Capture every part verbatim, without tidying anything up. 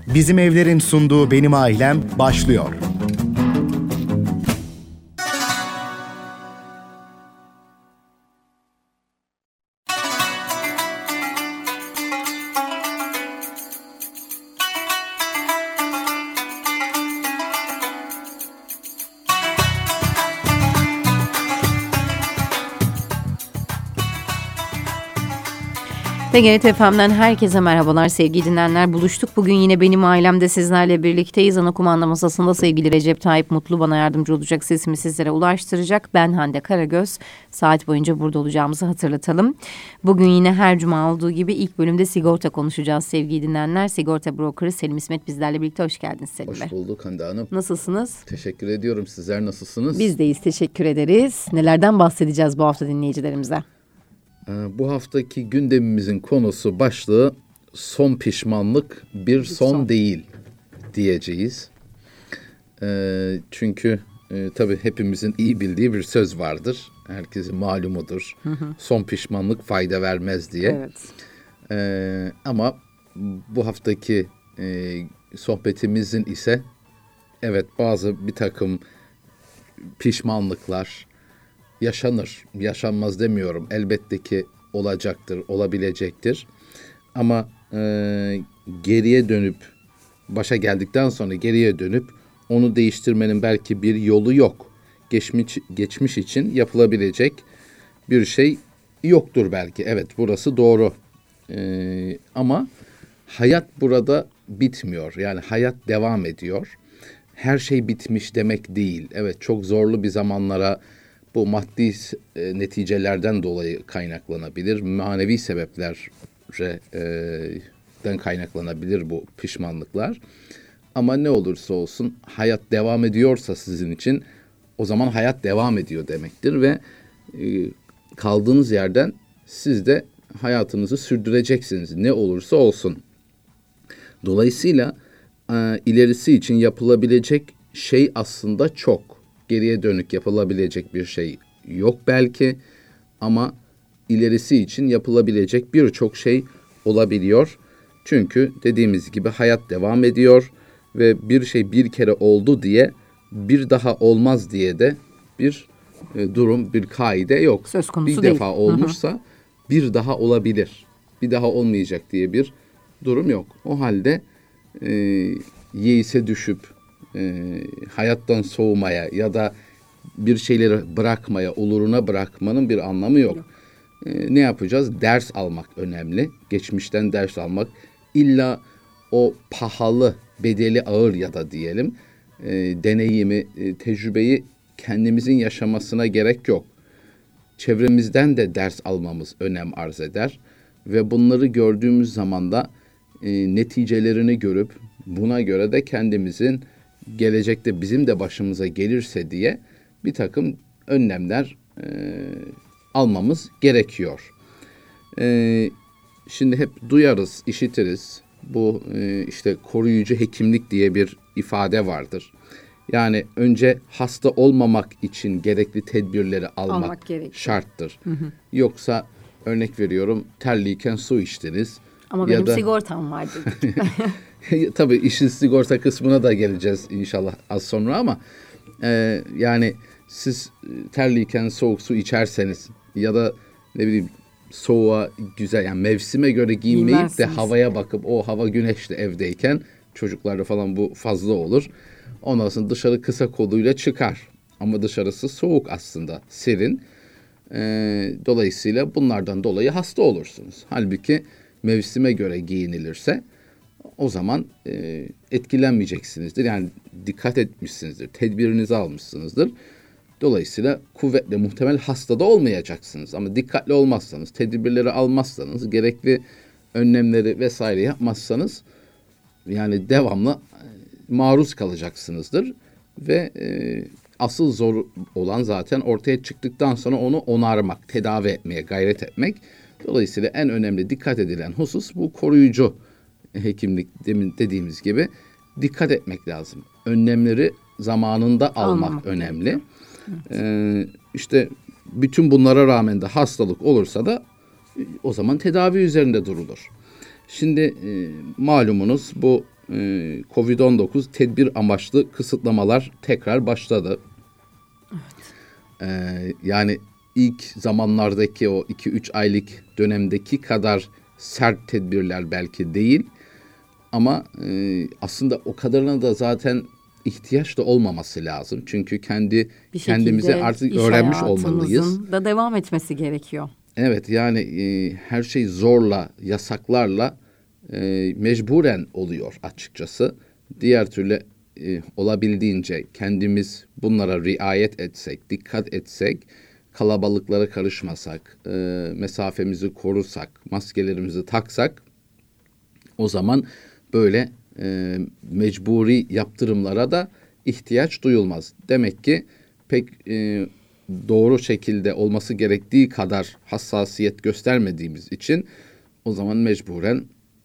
Bizim Evler'in sunduğu Benim Ailem başlıyor. T G R T F M'den herkese merhabalar sevgili dinleyenler. Buluştuk. Bugün yine Benim Ailem'de sizlerle birlikteyiz. Ana kumanda masasında sevgili Recep Tayyip Mutlu bana yardımcı olacak. Sesimi sizlere ulaştıracak. Ben Hande Karagöz. Saat boyunca burada olacağımızı hatırlatalım. Bugün yine her cuma olduğu gibi ilk bölümde sigorta konuşacağız sevgili dinleyenler. Sigorta brokeri Selim İsmet bizlerle birlikte. Hoş geldiniz Selim Bey. Hoş bulduk Hande Hanım. Nasılsınız? Teşekkür ediyorum. Sizler nasılsınız? Biz deyiz. Teşekkür ederiz. Nelerden bahsedeceğiz bu hafta dinleyicilerimize? Bu haftaki gündemimizin konusu başlığı son pişmanlık bir son, son. değil diyeceğiz. E, çünkü e, tabii hepimizin iyi bildiği bir söz vardır. Herkesin malumudur. Hı hı. Son pişmanlık fayda vermez diye. Evet. E, ama bu haftaki e, sohbetimizin ise evet bazı bir takım pişmanlıklar yaşanır. Yaşanmaz demiyorum. Elbette ki olacaktır, olabilecektir. Ama e, geriye dönüp, başa geldikten sonra geriye dönüp onu değiştirmenin belki bir yolu yok. Geçmiş, geçmiş için yapılabilecek bir şey yoktur belki. Evet, burası doğru. E, ama hayat burada bitmiyor. Yani hayat devam ediyor. Her şey bitmiş demek değil. Evet, çok zorlu bir zamanlara bu maddi e, neticelerden dolayı kaynaklanabilir. Manevi sebeplerden kaynaklanabilir bu pişmanlıklar. Ama ne olursa olsun hayat devam ediyorsa sizin için o zaman hayat devam ediyor demektir. Ve e, kaldığınız yerden siz de hayatınızı sürdüreceksiniz ne olursa olsun. Dolayısıyla e, ilerisi için yapılabilecek şey aslında çok. Geriye dönük yapılabilecek bir şey yok belki ama ilerisi için yapılabilecek birçok şey olabiliyor. Çünkü dediğimiz gibi hayat devam ediyor ve bir şey bir kere oldu diye bir daha olmaz diye de bir e, durum, bir kaide yok. Söz konusu bir değil. defa olmuşsa hı hı. bir daha olabilir. Bir daha olmayacak diye bir durum yok. O halde e, yeise düşüp E, hayattan soğumaya ya da bir şeyleri bırakmaya, oluruna bırakmanın bir anlamı yok. E, ne yapacağız? Ders almak önemli. Geçmişten ders almak. İlla o pahalı, bedeli ağır ya da diyelim e, deneyimi, e, tecrübeyi kendimizin yaşamasına gerek yok. Çevremizden de ders almamız önem arz eder. Ve bunları gördüğümüz zaman da e, neticelerini görüp buna göre de kendimizin gelecekte bizim de başımıza gelirse diye bir takım önlemler e, almamız gerekiyor. E, şimdi hep duyarız, işitiriz. Bu e, işte koruyucu hekimlik diye bir ifade vardır. Yani önce hasta olmamak için gerekli tedbirleri almak, almak şarttır. Hı hı. Yoksa örnek veriyorum terliyken su içtiniz. Ama benim da, sigortam var dedik. Tabii işin sigorta kısmına da geleceğiz inşallah az sonra ama e, yani siz terliyken soğuk su içerseniz ya da ne bileyim soğuğa güzel yani mevsime göre giyinmeyip de havaya bakıp o hava güneşli evdeyken çocuklarda falan bu fazla olur. Ondan sonra dışarı kısa koluyla çıkar ama dışarısı soğuk aslında serin. E, dolayısıyla bunlardan dolayı hasta olursunuz. Halbuki mevsime göre giyinilirse o zaman e, etkilenmeyeceksinizdir. Yani dikkat etmişsinizdir, tedbirinizi almışsınızdır. Dolayısıyla kuvvetle muhtemel hasta da olmayacaksınız. Ama dikkatli olmazsanız, tedbirleri almazsanız, gerekli önlemleri vesaire yapmazsanız yani devamlı e, maruz kalacaksınızdır. Ve e, asıl zor olan zaten ortaya çıktıktan sonra onu onarmak, tedavi etmeye gayret etmek. Dolayısıyla en önemli dikkat edilen husus bu koruyucu hekimlik demin dediğimiz gibi dikkat etmek lazım. Önlemleri zamanında almak Almamak önemli. Evet. Ee, işte bütün bunlara rağmen de hastalık olursa da o zaman tedavi üzerinde durulur. Şimdi e, malumunuz bu e, kovid on dokuz tedbir amaçlı kısıtlamalar tekrar başladı. Evet. E, yani ilk zamanlardaki o iki üç aylık dönemdeki kadar sert tedbirler belki değil. Ama e, aslında o kadarına da zaten ihtiyaç da olmaması lazım. Çünkü kendi Bir kendimize şekilde artık iş öğrenmiş olmalıyız. hayatımızın da devam etmesi gerekiyor. Evet, yani e, her şey zorla, yasaklarla e, mecburen oluyor açıkçası. Diğer türlü e, olabildiğince kendimiz bunlara riayet etsek, dikkat etsek, kalabalıklara karışmasak, e, mesafemizi korursak, maskelerimizi taksak, o zaman böyle e, mecburi yaptırımlara da ihtiyaç duyulmaz. Demek ki pek e, doğru şekilde olması gerektiği kadar hassasiyet göstermediğimiz için o zaman mecburen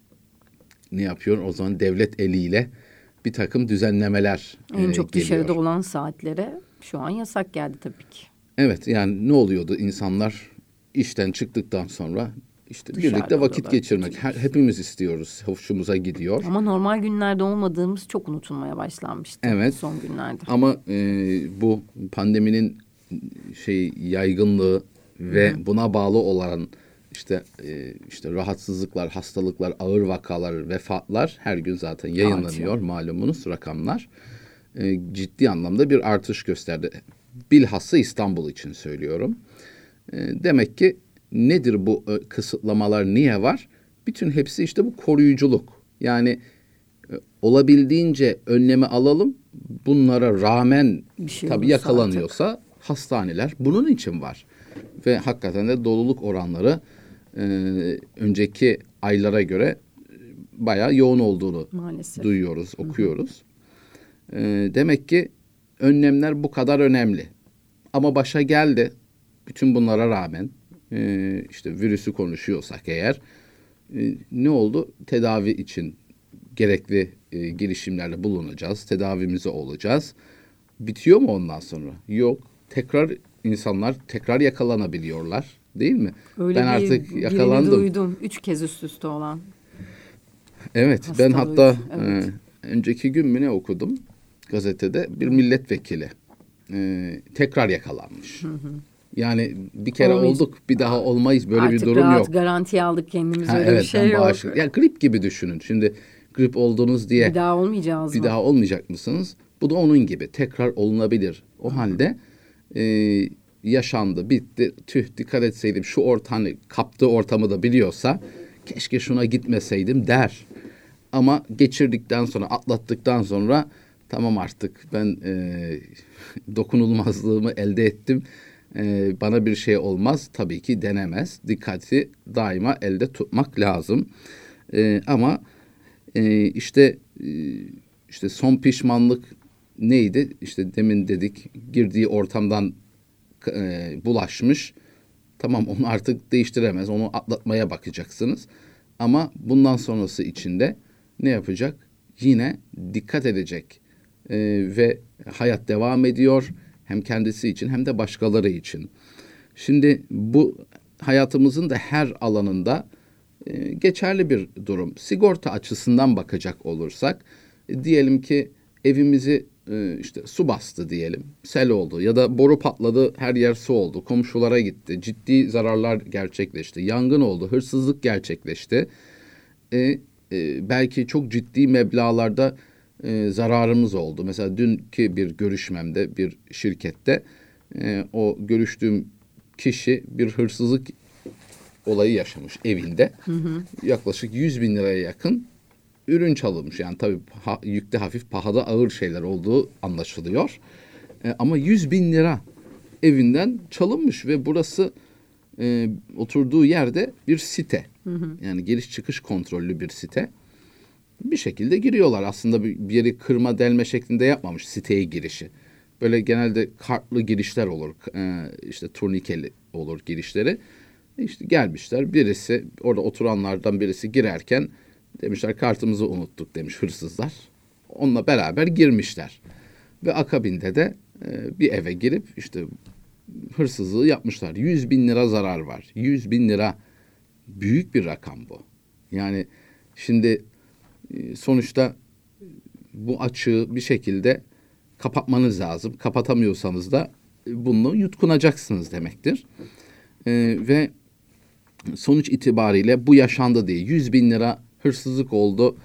ne yapıyor? O zaman devlet eliyle bir takım düzenlemeler En e, çok geliyor. dışarıda olan saatlere şu an yasak geldi tabii ki. Evet, yani ne oluyordu? İnsanlar işten çıktıktan sonra işte Dışarıda birlikte vakit oluyorlar. geçirmek. Her, hepimiz istiyoruz. Hoşumuza gidiyor. Ama normal günlerde olmadığımız çok unutulmaya başlanmıştı Evet. son günlerde. Ama e, bu pandeminin şey yaygınlığı ve Hı. buna bağlı olan işte e, işte rahatsızlıklar, hastalıklar, ağır vakalar, vefatlar her gün zaten yayınlanıyor. Artıyor. Malumunuz rakamlar. E, ciddi anlamda bir artış gösterdi. Bilhassa İstanbul için söylüyorum. E, demek ki nedir bu e, kısıtlamalar, niye var? Bütün hepsi işte bu koruyuculuk. Yani e, olabildiğince önlemi alalım. Bunlara rağmen şey tabii yakalanıyorsa artık hastaneler bunun için var. Ve hakikaten de doluluk oranları e, önceki aylara göre bayağı yoğun olduğunu maalesef duyuyoruz, okuyoruz. E, demek ki önlemler bu kadar önemli. Ama başa geldi. Bütün bunlara rağmen e, işte virüsü konuşuyorsak eğer e, ne oldu? Tedavi için gerekli e, girişimlerle bulunacağız. Tedavimize olacağız. Bitiyor mu ondan sonra? Yok. Tekrar insanlar tekrar yakalanabiliyorlar. Değil mi? Öyle ben bir, artık yakalandım. duydum. Üç kez üst üste olan. Evet. Ben hatta evet. e, önceki gün mü ne okudum? Gazetede bir milletvekili e, tekrar yakalanmış. Hı hı. Yani bir kere Olmayız. olduk, bir daha olmayız. Böyle artık bir durum rahat yok. garanti aldık kendimize, ha, öyle evet, bir şey yok. Bağışık. Yani grip gibi düşünün. Şimdi grip oldunuz diye bir daha olmayacağız bir mı? daha olmayacak mısınız? Bu da onun gibi. Tekrar olunabilir. O Hı. halde e, yaşandı, bitti. Tüh, dikkat etseydim, şu ortamı, kaptığı ortamı da biliyorsa keşke şuna gitmeseydim der. Ama geçirdikten sonra, atlattıktan sonra tamam artık ben e, dokunulmazlığımı elde ettim. E, bana bir şey olmaz. Tabii ki denemez. Dikkati daima elde tutmak lazım. E, ama e, işte e, işte son pişmanlık neydi? İşte demin dedik, girdiği ortamdan e, bulaşmış. Tamam, onu artık değiştiremez. Onu atlatmaya bakacaksınız. Ama bundan sonrası için de ne yapacak? Yine dikkat edecek. Ee, ve hayat devam ediyor. Hem kendisi için hem de başkaları için. Şimdi bu hayatımızın da her alanında e, geçerli bir durum. Sigorta açısından bakacak olursak, e, diyelim ki evimizi e, işte su bastı diyelim. Sel oldu ya da boru patladı, her yer su oldu. Komşulara gitti. Ciddi zararlar gerçekleşti. Yangın oldu, hırsızlık gerçekleşti. E, e, belki çok ciddi meblağlarda e, zararımız oldu. Mesela dünkü bir görüşmemde bir şirkette e, o görüştüğüm kişi bir hırsızlık olayı yaşamış evinde. Hı hı. Yaklaşık yüz bin liraya yakın ürün çalınmış. Yani tabii ha, yükte hafif, pahada ağır şeyler olduğu anlaşılıyor. E, ama yüz bin lira evinden çalınmış ve burası e, oturduğu yerde bir site. Hı hı. Yani giriş çıkış kontrollü bir site. Bir şekilde giriyorlar. Aslında bir, bir yeri kırma delme şeklinde yapmamış siteye girişi. Böyle genelde kartlı girişler olur. E, işte turnikeli olur girişleri. İşte gelmişler, birisi orada oturanlardan birisi girerken demişler kartımızı unuttuk demiş hırsızlar. Onunla beraber girmişler. Ve akabinde de e, bir eve girip işte hırsızlığı yapmışlar. Yüz bin lira zarar var. Yüz bin lira büyük bir rakam bu. Yani şimdi e, sonuçta bu açığı bir şekilde kapatmanız lazım. Kapatamıyorsanız da bunu yutkunacaksınız demektir. E, ve sonuç itibariyle bu yaşandı diye yüz bin lira hırsızlık oldu,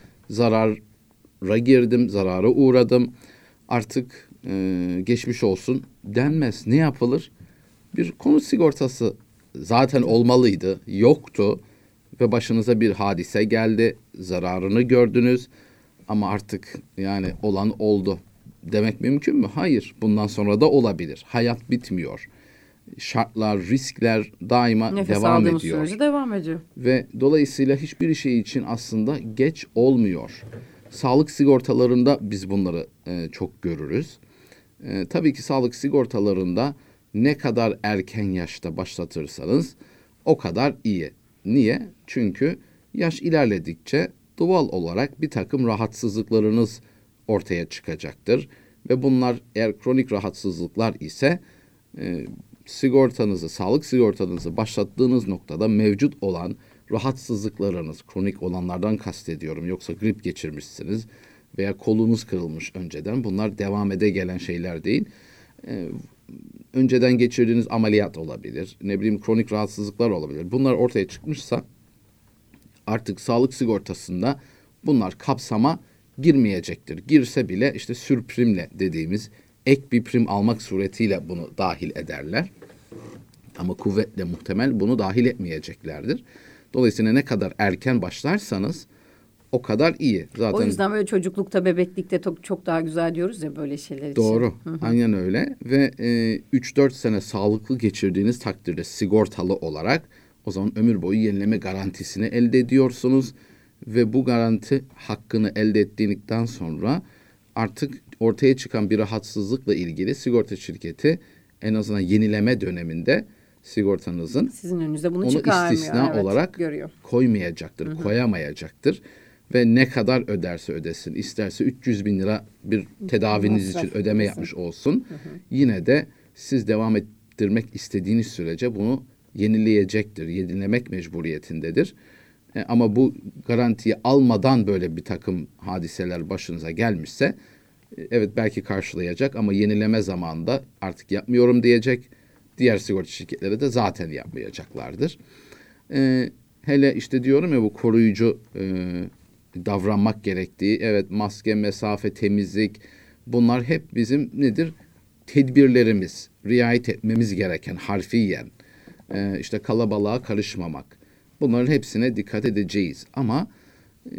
zarara girdim, zarara uğradım. Artık e, geçmiş olsun denmez. Ne yapılır? Bir konut sigortası zaten olmalıydı, yoktu ve başınıza bir hadise geldi, zararını gördünüz ama artık yani olan oldu demek mümkün mü? Hayır, bundan sonra da olabilir. Hayat bitmiyor. Şartlar, riskler daima Nefes devam aldığımız ediyor. sürece devam ediyor. Ve dolayısıyla hiçbir şey için aslında geç olmuyor. Sağlık sigortalarında biz bunları e, çok görürüz. E, tabii ki sağlık sigortalarında ne kadar erken yaşta başlatırsanız o kadar iyi. Niye? Çünkü yaş ilerledikçe doğal olarak bir takım rahatsızlıklarınız ortaya çıkacaktır. Ve bunlar eğer kronik rahatsızlıklar ise e, sigortanızı, sağlık sigortanızı başlattığınız noktada mevcut olan rahatsızlıklarınız, kronik olanlardan kastediyorum. Yoksa grip geçirmişsiniz veya kolunuz kırılmış önceden. Bunlar devam ede gelen şeyler değil. Ee, önceden geçirdiğiniz ameliyat olabilir. Ne bileyim kronik rahatsızlıklar olabilir. Bunlar ortaya çıkmışsa artık sağlık sigortasında bunlar kapsama girmeyecektir. Girse bile işte sürprimle dediğimiz ek bir prim almak suretiyle bunu dahil ederler. Ama kuvvetle muhtemel bunu dahil etmeyeceklerdir. Dolayısıyla ne kadar erken başlarsanız o kadar iyi. Zaten o yüzden böyle çocuklukta, bebeklikte çok, çok daha güzel diyoruz ya böyle şeyler için. Doğru. Hı hı. Aynen öyle. Ve e, üç dört sene sağlıklı geçirdiğiniz takdirde sigortalı olarak o zaman ömür boyu yenileme garantisini elde ediyorsunuz. Ve bu garanti hakkını elde ettiğinden sonra artık ortaya çıkan bir rahatsızlıkla ilgili sigorta şirketi en azından yenileme döneminde sigortanızın sizin önünüze bunu onu çıkarmıyor. istisna Evet, olarak görüyor. koymayacaktır, hı hı. koyamayacaktır. Ve ne kadar öderse ödesin, isterse üç yüz bin lira bir tedaviniz Masraf için ödeme ödesin. yapmış olsun. Hı hı. Yine de siz devam ettirmek istediğiniz sürece bunu yenileyecektir, yenilemek mecburiyetindedir. E, ama bu garantiyi almadan böyle bir takım hadiseler başınıza gelmişse, e, evet belki karşılayacak ama yenileme zamanında artık yapmıyorum diyecek. Diğer sigorta şirketleri de zaten yapmayacaklardır. E, hele işte diyorum ya bu koruyucu e, davranmak gerektiği, evet maske, mesafe, temizlik, bunlar hep bizim nedir? Tedbirlerimiz, riayet etmemiz gereken harfiyen, e, işte kalabalığa karışmamak. Bunların hepsine dikkat edeceğiz. Ama e,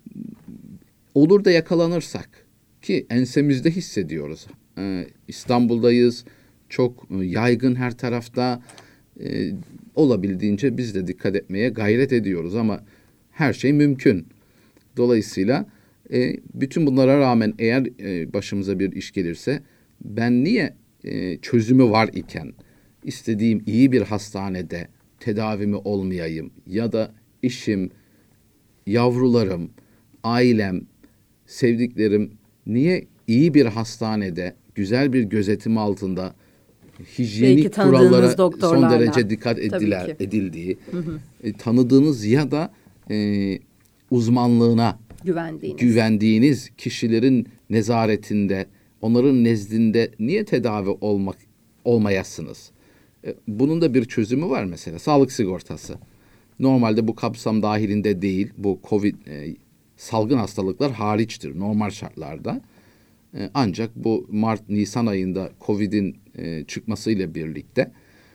olur da yakalanırsak ki ensemizde hissediyoruz. E, İstanbul'dayız, çok e, yaygın her tarafta. E, olabildiğince biz de dikkat etmeye gayret ediyoruz ama her şey mümkün. Dolayısıyla e, bütün bunlara rağmen eğer e, başımıza bir iş gelirse ben niye e, çözümü var iken istediğim iyi bir hastanede tedavimi olmayayım ya da işim, yavrularım, ailem, sevdiklerim niye iyi bir hastanede, güzel bir gözetim altında hijyenik kurallara son derece dikkat ediler, edildiği, hı hı. E, tanıdığınız ya da e, uzmanlığına güvendiğiniz. güvendiğiniz kişilerin nezaretinde, onların nezdinde niye tedavi olmak olmayasınız? E, bunun da bir çözümü var mesela. Sağlık sigortası. Normalde bu kapsam dahilinde değil. Bu Covid e, salgın hastalıklar hariçtir normal şartlarda. E, ancak bu Mart-Nisan ayında Covid'in e, çıkmasıyla birlikte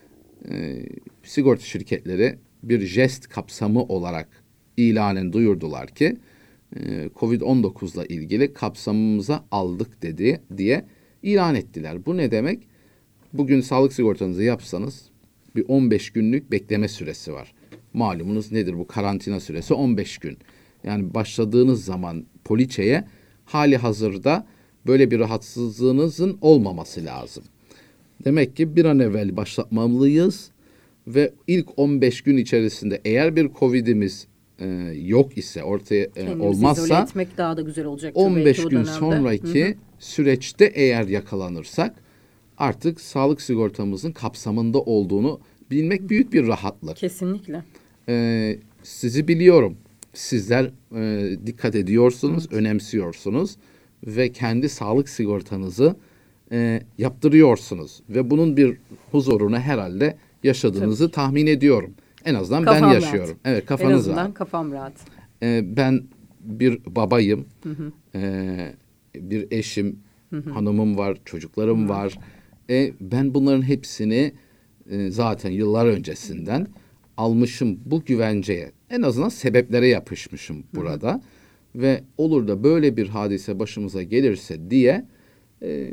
e, sigorta şirketleri bir jest kapsamı olarak ilanen duyurdular ki e, Covid on dokuzla ilgili kapsamımıza aldık dedi diye ilan ettiler. Bu ne demek? Bugün sağlık sigortanızı yapsanız bir on beş günlük bekleme süresi var. Malumunuz nedir bu karantina süresi? on beş gün. Yani başladığınız zaman poliçeye hali hazırda böyle bir rahatsızlığınızın olmaması lazım. Demek ki bir an evvel başlatmalıyız ve ilk on beş gün içerisinde eğer bir Covid'imiz e, yok ise ortaya e, olmazsa izole etmek daha da güzel olacak. on beş gün sonraki hı hı. süreçte eğer yakalanırsak artık sağlık sigortamızın kapsamında olduğunu bilmek büyük bir rahatlık. Kesinlikle. Ee, sizi biliyorum. Sizler e, dikkat ediyorsunuz, evet. önemsiyorsunuz ve kendi sağlık sigortanızı e, yaptırıyorsunuz. Ve bunun bir huzurunu herhalde yaşadığınızı Tabii. tahmin ediyorum. En azından kafam ben yaşıyorum. Rahat. Evet, kafanız rahat. En azından rahat. Kafam rahat. E, ben bir babayım, hı hı. E, bir eşim, hı hı. hanımım var, çocuklarım hı. var. E, ben bunların hepsini e, zaten yıllar öncesinden almışım bu güvenceye. En azından sebeplere yapışmışım burada. Hı hı. Ve olur da böyle bir hadise başımıza gelirse diye e,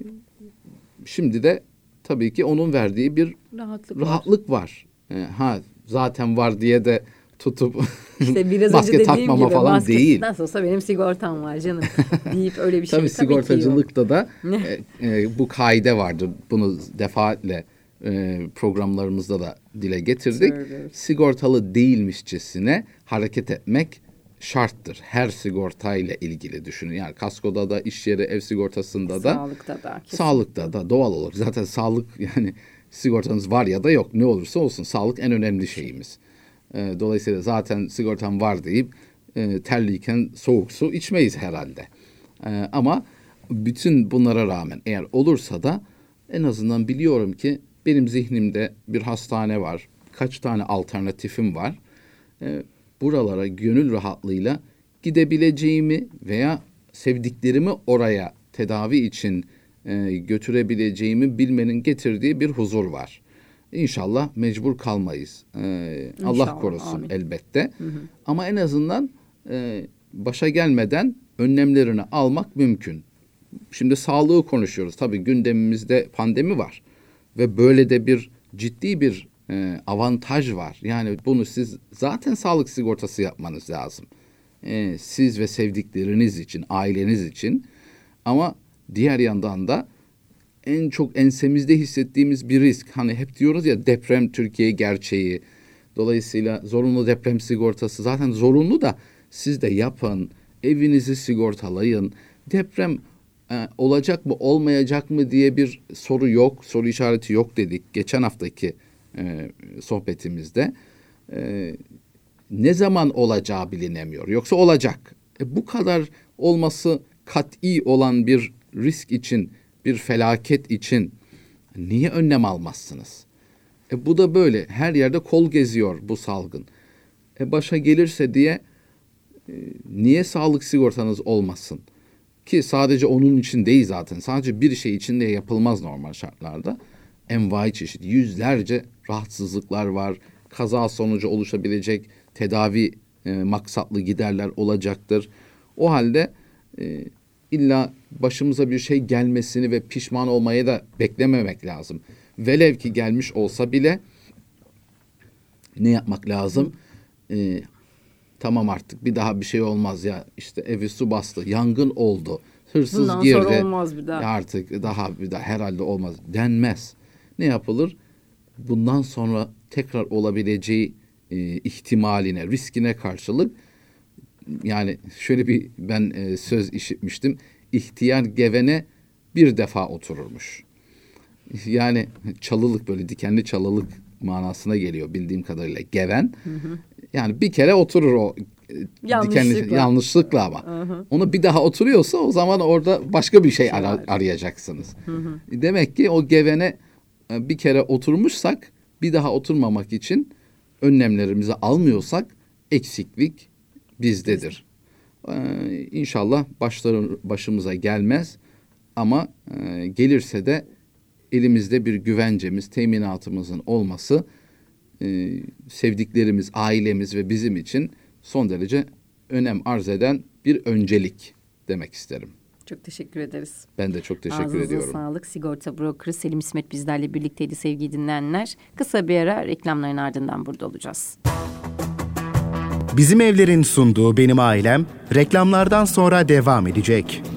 şimdi de tabii ki onun verdiği bir rahatlık, rahatlık var. var. E, ha zaten var diye de tutup işte biraz maske takmama gibi, falan maske, değil. Nasıl olsa benim sigortam var canım deyip öyle bir şey. Tabii, tabii sigortacılıkta da e, e, bu kaide vardır. Bunu defaatle e, programlarımızda da dile getirdik. Söylüyoruz. Sigortalı değilmişçesine hareket etmek şarttır. Her sigortayla ilgili düşünün. Yani kaskoda da, iş yeri, ev sigortasında da, sağlıkta da, kesinlikle. Sağlıkta da doğal olarak. Zaten sağlık, yani sigortanız var ya da yok, ne olursa olsun sağlık en önemli şeyimiz. E, dolayısıyla zaten sigortam var deyip e, terliyken soğuk su içmeyiz herhalde. E, ama bütün bunlara rağmen eğer olursa da en azından biliyorum ki benim zihnimde bir hastane var. Kaç tane alternatifim var. E, buralara gönül rahatlığıyla gidebileceğimi veya sevdiklerimi oraya tedavi için e, götürebileceğimi bilmenin getirdiği bir huzur var. İnşallah mecbur kalmayız. Ee, İnşallah, Allah korusun amin. Elbette. Hı hı. Ama en azından e, başa gelmeden önlemlerini almak mümkün. Şimdi sağlığı konuşuyoruz. Tabii gündemimizde pandemi var. Ve böyle de bir ciddi bir e, avantaj var. Yani bunu siz zaten sağlık sigortası yapmanız lazım. E, siz ve sevdikleriniz için, aileniz için. Ama diğer yandan da en çok ensemizde hissettiğimiz bir risk. Hani hep diyoruz ya, deprem Türkiye gerçeği. Dolayısıyla zorunlu deprem sigortası zaten zorunlu da siz de yapın. Evinizi sigortalayın. Deprem e, olacak mı olmayacak mı diye bir soru yok. Soru işareti yok dedik geçen haftaki e, sohbetimizde. E, ne zaman olacağı bilinemiyor. Yoksa olacak. E, bu kadar olması kat'i olan bir risk için, bir felaket için niye önlem almazsınız? E bu da böyle. Her yerde kol geziyor bu salgın. E başa gelirse diye e, niye sağlık sigortanız olmasın? Ki sadece onun için değil zaten. Sadece bir şey için de yapılmaz normal şartlarda. Envai çeşit, yüzlerce rahatsızlıklar var. Kaza sonucu oluşabilecek tedavi e, maksatlı giderler olacaktır. O halde e, İlla başımıza bir şey gelmesini ve pişman olmaya da beklememek lazım. Velev ki gelmiş olsa bile ne yapmak lazım? Ee, tamam, artık bir daha bir şey olmaz ya. İşte evi su bastı, yangın oldu, hırsız Bundan girdi. Bundan sonra olmaz bir daha. Artık daha bir daha herhalde olmaz denmez. Ne yapılır? Bundan sonra tekrar olabileceği e, ihtimaline, riskine karşılık, yani şöyle bir ben e, söz işitmiştim. İhtiyar gevene bir defa otururmuş. Yani çalılık, böyle dikenli çalılık manasına geliyor bildiğim kadarıyla geven. Hı hı. Yani bir kere oturur o yanlışlıkla. dikenli yanlışlıkla ama. Hı hı. Onu bir daha oturuyorsa o zaman orada başka bir şey ara, arayacaksınız. Hı hı. Demek ki o gevene bir kere oturmuşsak bir daha oturmamak için önlemlerimizi almıyorsak eksiklik bizdedir. Ee, İnşallah başların başımıza gelmez ama e, gelirse de elimizde bir güvencemiz, teminatımızın olması e, sevdiklerimiz, ailemiz ve bizim için son derece önem arz eden bir öncelik demek isterim. Çok teşekkür ederiz. Ben de çok teşekkür Ağzınıza ediyorum. Ağzınıza sağlık. Sigorta brokeri Selim İsmet bizlerle birlikteydi sevgili dinleyenler. Kısa bir ara, reklamların ardından burada olacağız. Bizim Evler'in sunduğu Benim Ailem reklamlardan sonra devam edecek.